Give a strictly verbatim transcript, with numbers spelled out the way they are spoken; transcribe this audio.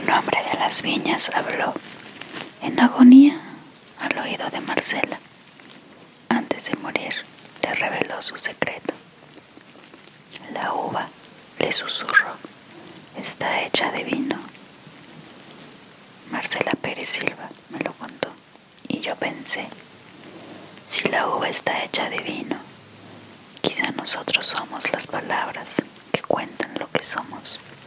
Un hombre de las viñas habló en agonía al oído de Marcela. Antes de morir, le reveló su secreto. La uva, le susurró, está hecha de vino. Marcela Pérez Silva me lo contó y yo pensé, si la uva está hecha de vino, quizá nosotros somos las palabras que cuentan lo que somos.